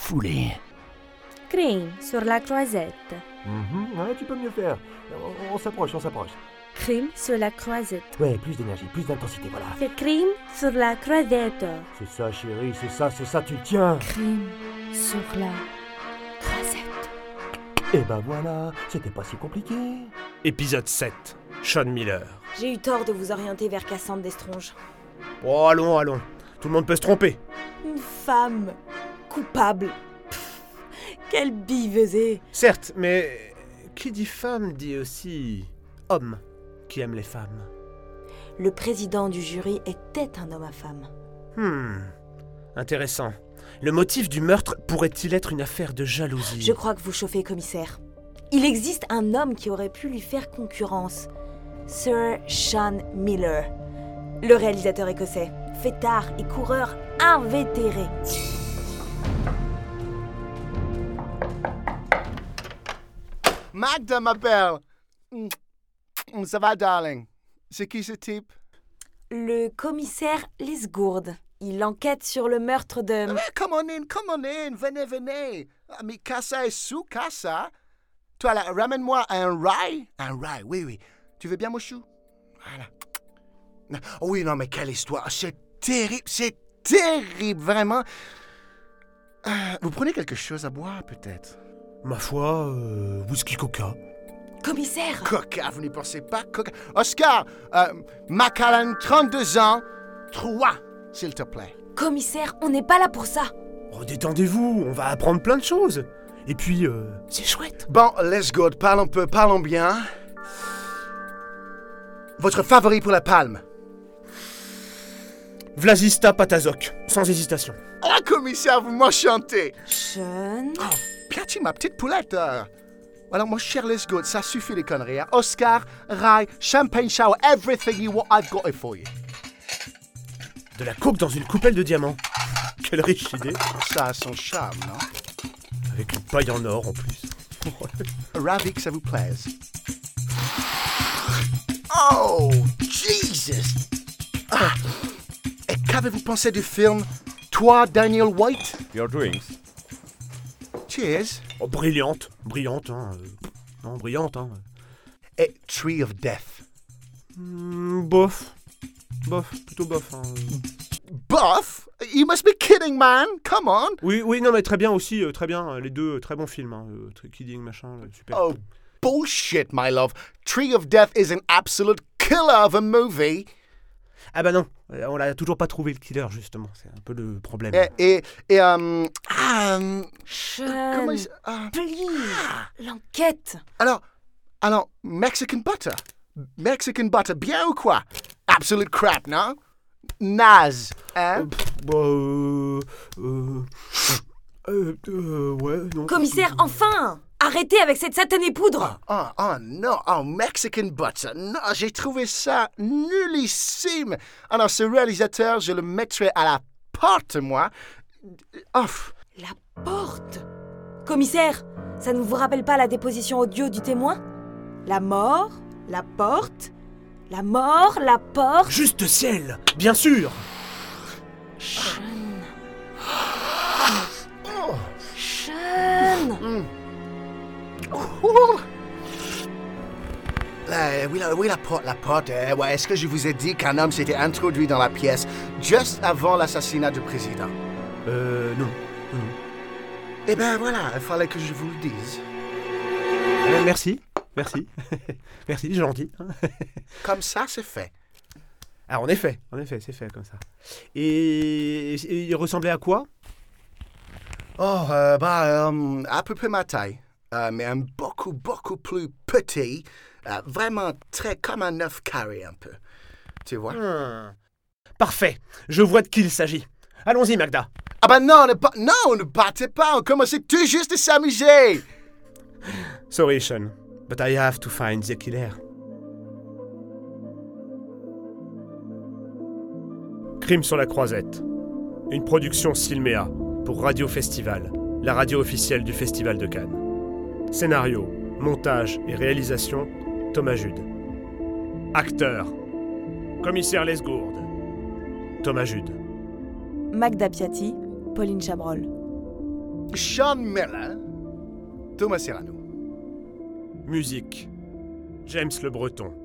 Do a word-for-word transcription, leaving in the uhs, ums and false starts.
foulée. Crime sur la croisette. Mm-hmm. Ouais, tu peux mieux faire. On, on s'approche, on s'approche. Crime sur la croisette. Ouais, plus d'énergie, plus d'intensité, voilà. C'est crime sur la croisette. C'est ça, chérie, c'est ça, c'est ça, tu tiens. Crime sur la croisette. Et ben voilà, c'était pas si compliqué. Épisode sept. Sean Miller. J'ai eu tort de vous orienter vers Cassandre Destronge. Oh, allons, allons. Tout le monde peut se tromper. Une femme coupable. Pff, quelle billevesée. Certes, mais qui dit femme dit aussi homme qui aime les femmes. Le président du jury était un homme à femme. Hmm, intéressant. Le motif du meurtre pourrait-il être une affaire de jalousie ? Je crois que vous chauffez, commissaire. Il existe un homme qui aurait pu lui faire concurrence. Sir Sean Miller, le réalisateur écossais, fêtard et coureur invétéré. Magda, ma belle. Mm, Ça va, darling? C'est qui ce type? Le commissaire Lesgourde. Il enquête sur le meurtre de... Eh, come on in, come on in, venez, venez. Ah, mais Casa est sous Casa. Toi, là, ramène-moi un rail. Un rail, oui, oui. Tu veux bien, mon chou? Voilà. Oh oui, non, mais quelle histoire. C'est terrible, c'est terrible, vraiment. Euh, vous prenez quelque chose à boire, peut-être? Ma foi, euh, whisky coca. Commissaire! Coca, vous n'y pensez pas? Coca. Oscar, euh, Macallan, trente-deux ans, trois, s'il te plaît. Commissaire, on n'est pas là pour ça. Oh, détendez-vous, on va apprendre plein de choses. Et puis, euh, c'est chouette. Bon, let's go, parlons peu, parlons bien. Votre favori pour la palme? Vlasista Patazok, sans hésitation. Ah, commissaire, vous m'enchantez. Sean... Oh, Piatti, ma petite poulette. euh. Alors, mon cher Les Good, ça suffit les conneries. Hein? Oscar, Rai, Champagne Shower, everything you want, I've got it for you. De la coke dans une coupelle de diamants. Quelle riche idée. Ça a son charme, non? Avec une paille en or en plus. Ravi que ça vous plaise. Oh, Jesus! Ah. Et qu'avez-vous pensé du film Toi, Daniel White? Your drinks. Cheers. Oh, brillante, brillante, hein. euh, Non, brillante, hein. Et Tree of Death. Hmm, bof. Bof, plutôt bof. Hein. Buff? You must be kidding, man! Come on! Oui, oui, non, mais très bien aussi, euh, très bien. euh, Les deux, euh, très bons films. Hein. euh, très Kidding, machin, euh, super. Oh, bullshit, my love. Tree of Death is an absolute killer of a movie. Ah bah non, euh, on l'a toujours pas trouvé le killer, justement. C'est un peu le problème. Et, et, et euh, ah, euh, Sean... comment il s- ah, Please, l'enquête. alors, alors, Mexican butter. Mexican butter, bien ou quoi? Absolute crap, non? Naze, hein? Bah, euh, euh, euh, euh, ouais, non. Commissaire, enfin! Arrêtez avec cette satanée poudre. Oh, oh non, oh, Mexican butter. Non, j'ai trouvé ça nullissime. Alors, ce réalisateur, je le mettrai à la porte, moi. Off. La porte. Commissaire, ça ne vous rappelle pas la déposition audio du témoin? La mort, la porte, la mort, la porte... Juste ciel, bien sûr. Sean. Sean. Ouh. Là, oui, la, oui, la porte, la porte. euh, ouais, est-ce que je vous ai dit qu'un homme s'était introduit dans la pièce juste avant l'assassinat du président? Euh, non. non. Eh ben voilà, il fallait que je vous le dise. Euh, merci, merci. Merci, gentil. Comme ça, c'est fait. Ah, en effet, en effet, c'est fait comme ça. Et, et il ressemblait à quoi? Oh, euh, bah, euh, à peu près ma taille. Euh, mais un beaucoup, beaucoup plus petit. Euh, vraiment très comme un œuf carré, un peu. Tu vois? Hmm. Parfait, je vois de qui il s'agit. Allons-y, Magda. Ah bah non, ne, ba- non, ne battez pas, on commençait tout juste à s'amuser. Sorry, Sean, but I have to find the killer. Crime sur la croisette. Une production Silméa pour Radio Festival, la radio officielle du Festival de Cannes. Scénario, montage et réalisation, Thomas Jude. Acteur, commissaire Lesgourde, Thomas Jude. Magda Piatti, Pauline Chabrol. Sean Miller, Thomas Serrano. Musique, James Le Breton.